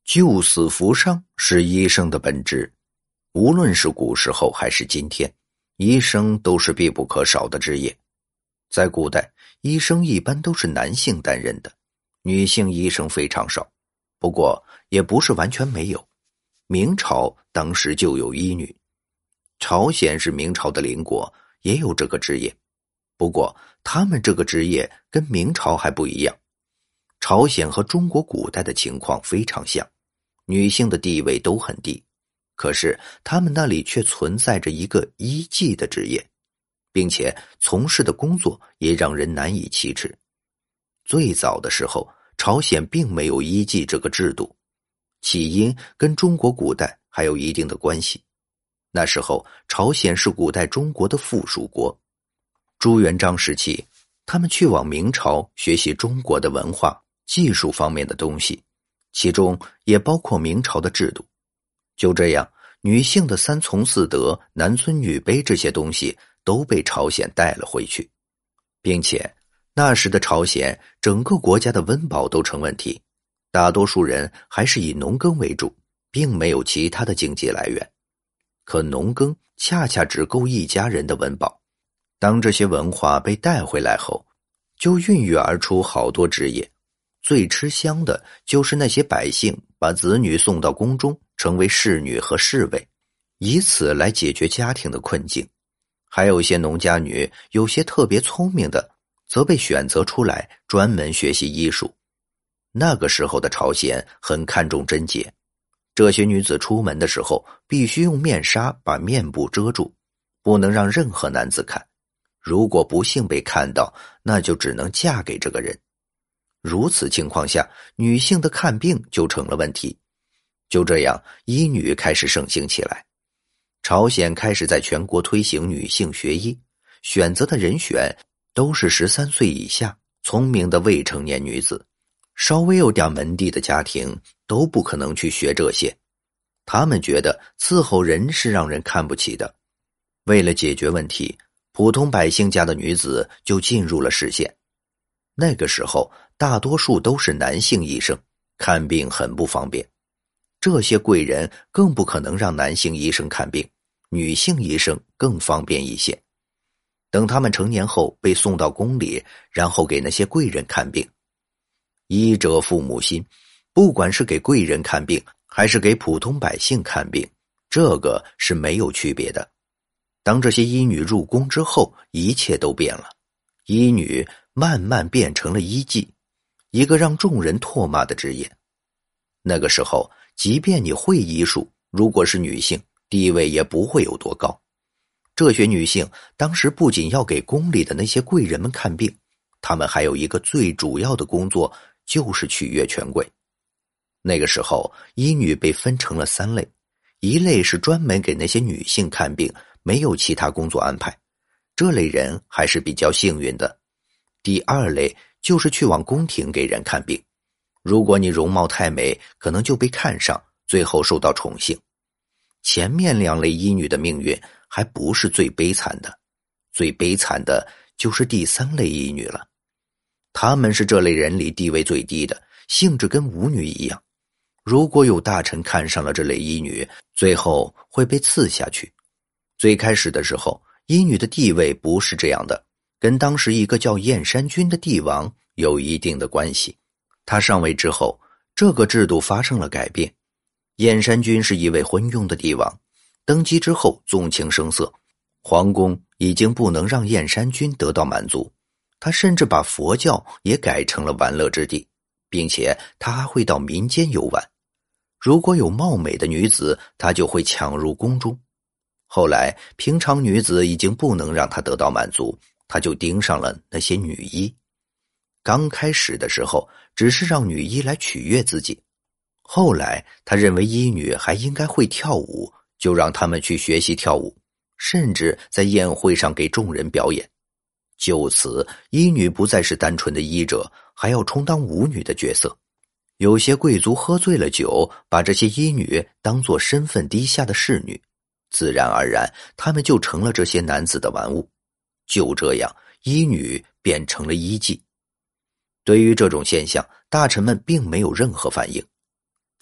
救死扶伤是医生的本质，无论是古时候还是今天，医生都是必不可少的职业。在古代，医生一般都是男性担任的，女性医生非常少，不过也不是完全没有。明朝当时就有医女，朝鲜是明朝的邻国，也有这个职业，不过他们这个职业跟明朝还不一样。朝鲜和中国古代的情况非常像，女性的地位都很低，可是他们那里却存在着一个医妓的职业，并且从事的工作也让人难以启齿。最早的时候，朝鲜并没有医妓这个制度，起因跟中国古代还有一定的关系。那时候朝鲜是古代中国的附属国，朱元璋时期，他们去往明朝学习中国的文化技术方面的东西，其中也包括明朝的制度。就这样，女性的三从四德、男尊女卑这些东西都被朝鲜带了回去，并且那时的朝鲜整个国家的温饱都成问题，大多数人还是以农耕为主，并没有其他的经济来源。可农耕恰恰只够一家人的温饱。当这些文化被带回来后，就孕育而出好多职业。最吃香的就是那些百姓把子女送到宫中，成为侍女和侍卫，以此来解决家庭的困境。还有些农家女，有些特别聪明的，则被选择出来专门学习医术。那个时候的朝鲜很看重贞洁，这些女子出门的时候必须用面纱把面部遮住，不能让任何男子看。如果不幸被看到，那就只能嫁给这个人。如此情况下，女性的看病就成了问题。就这样，医女开始盛行起来。朝鲜开始在全国推行女性学医，选择的人选都是13岁以下聪明的未成年女子，稍微有点门第的家庭都不可能去学这些。他们觉得伺候人是让人看不起的。为了解决问题，普通百姓家的女子就进入了视线。那个时候大多数都是男性医生，看病很不方便。这些贵人更不可能让男性医生看病，女性医生更方便一些。等他们成年后被送到宫里，然后给那些贵人看病。医者父母心，不管是给贵人看病还是给普通百姓看病，这个是没有区别的。当这些医女入宫之后，一切都变了。医女慢慢变成了医妓，一个让众人唾骂的职业。那个时候，即便你会医术，如果是女性，地位也不会有多高。这些女性当时不仅要给宫里的那些贵人们看病，她们还有一个最主要的工作，就是取悦权贵。那个时候，医女被分成了3类，一类是专门给那些女性看病，没有其他工作安排，这类人还是比较幸运的。第2类就是去往宫廷给人看病，如果你容貌太美，可能就被看上，最后受到宠幸。前面2类医女的命运还不是最悲惨的，最悲惨的就是第3类医女了。她们是这类人里地位最低的，性质跟舞女一样。如果有大臣看上了这类医女，最后会被赐下去。最开始的时候，医女的地位不是这样的，跟当时一个叫燕山君的帝王有一定的关系。他上位之后，这个制度发生了改变。燕山君是一位昏庸的帝王，登基之后纵情声色，皇宫已经不能让燕山君得到满足，他甚至把佛教也改成了玩乐之地，并且他还会到民间游玩。如果有貌美的女子，他就会抢入宫中。后来平常女子已经不能让他得到满足，他就盯上了那些女医。刚开始的时候只是让女医来取悦自己，后来他认为医女还应该会跳舞，就让他们去学习跳舞，甚至在宴会上给众人表演。就此，医女不再是单纯的医者，还要充当舞女的角色。有些贵族喝醉了酒，把这些医女当作身份低下的侍女，自然而然他们就成了这些男子的玩物。就这样，医女变成了医妓。对于这种现象，大臣们并没有任何反应。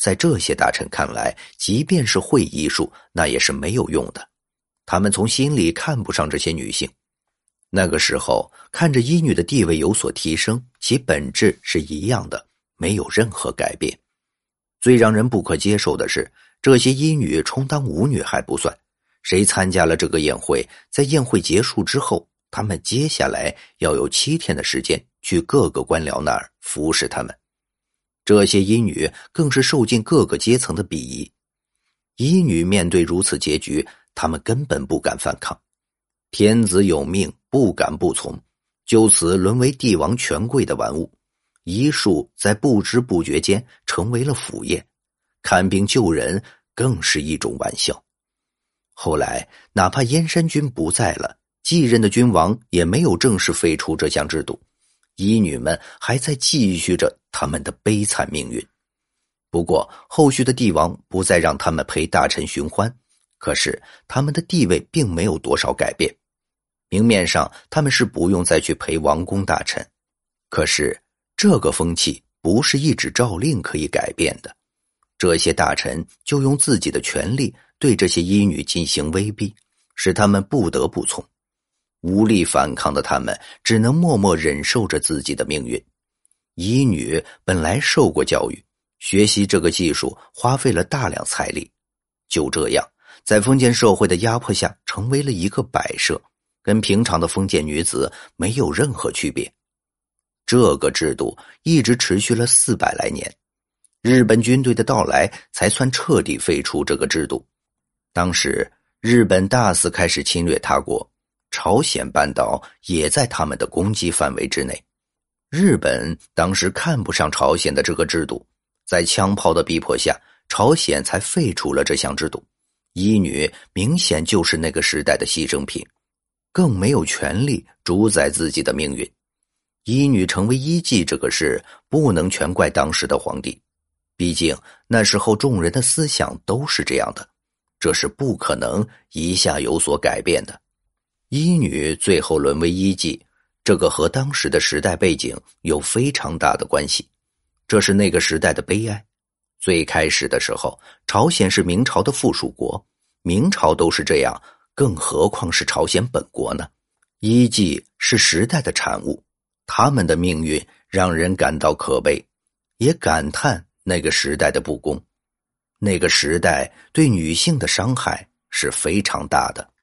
在这些大臣看来，即便是会医术，那也是没有用的。他们从心里看不上这些女性。那个时候，看着医女的地位有所提升，其本质是一样的，没有任何改变。最让人不可接受的是，这些医女充当舞女还不算，谁参加了这个宴会，在宴会结束之后，他们接下来要有7天的时间去各个官僚那儿服侍他们。这些医女更是受尽各个阶层的鄙夷。医女面对如此结局，他们根本不敢反抗。天子有命，不敢不从，就此沦为帝王权贵的玩物。医术在不知不觉间成为了副业，看病救人更是一种玩笑。后来哪怕燕山君不在了，继任的君王也没有正式废除这项制度，医女们还在继续着他们的悲惨命运。不过后续的帝王不再让他们陪大臣寻欢，可是他们的地位并没有多少改变。明面上他们是不用再去陪王公大臣，可是这个风气不是一纸诏令可以改变的。这些大臣就用自己的权力对这些医女进行威逼，使他们不得不从。无力反抗的他们只能默默忍受着自己的命运。医女本来受过教育，学习这个技术花费了大量财力，就这样在封建社会的压迫下成为了一个摆设，跟平常的封建女子没有任何区别。这个制度一直持续了400来年，日本军队的到来才算彻底废除这个制度。当时日本大肆开始侵略他国，朝鲜半岛也在他们的攻击范围之内。日本当时看不上朝鲜的这个制度，在枪炮的逼迫下，朝鲜才废除了这项制度。医女明显就是那个时代的牺牲品，更没有权利主宰自己的命运。医女成为医妓这个事不能全怪当时的皇帝，毕竟那时候众人的思想都是这样的，这是不可能一下有所改变的。医女最后沦为医妓，这个和当时的时代背景有非常大的关系，这是那个时代的悲哀。最开始的时候，朝鲜是明朝的附属国，明朝都是这样，更何况是朝鲜本国呢？医妓是时代的产物，他们的命运让人感到可悲，也感叹那个时代的不公。那个时代对女性的伤害是非常大的。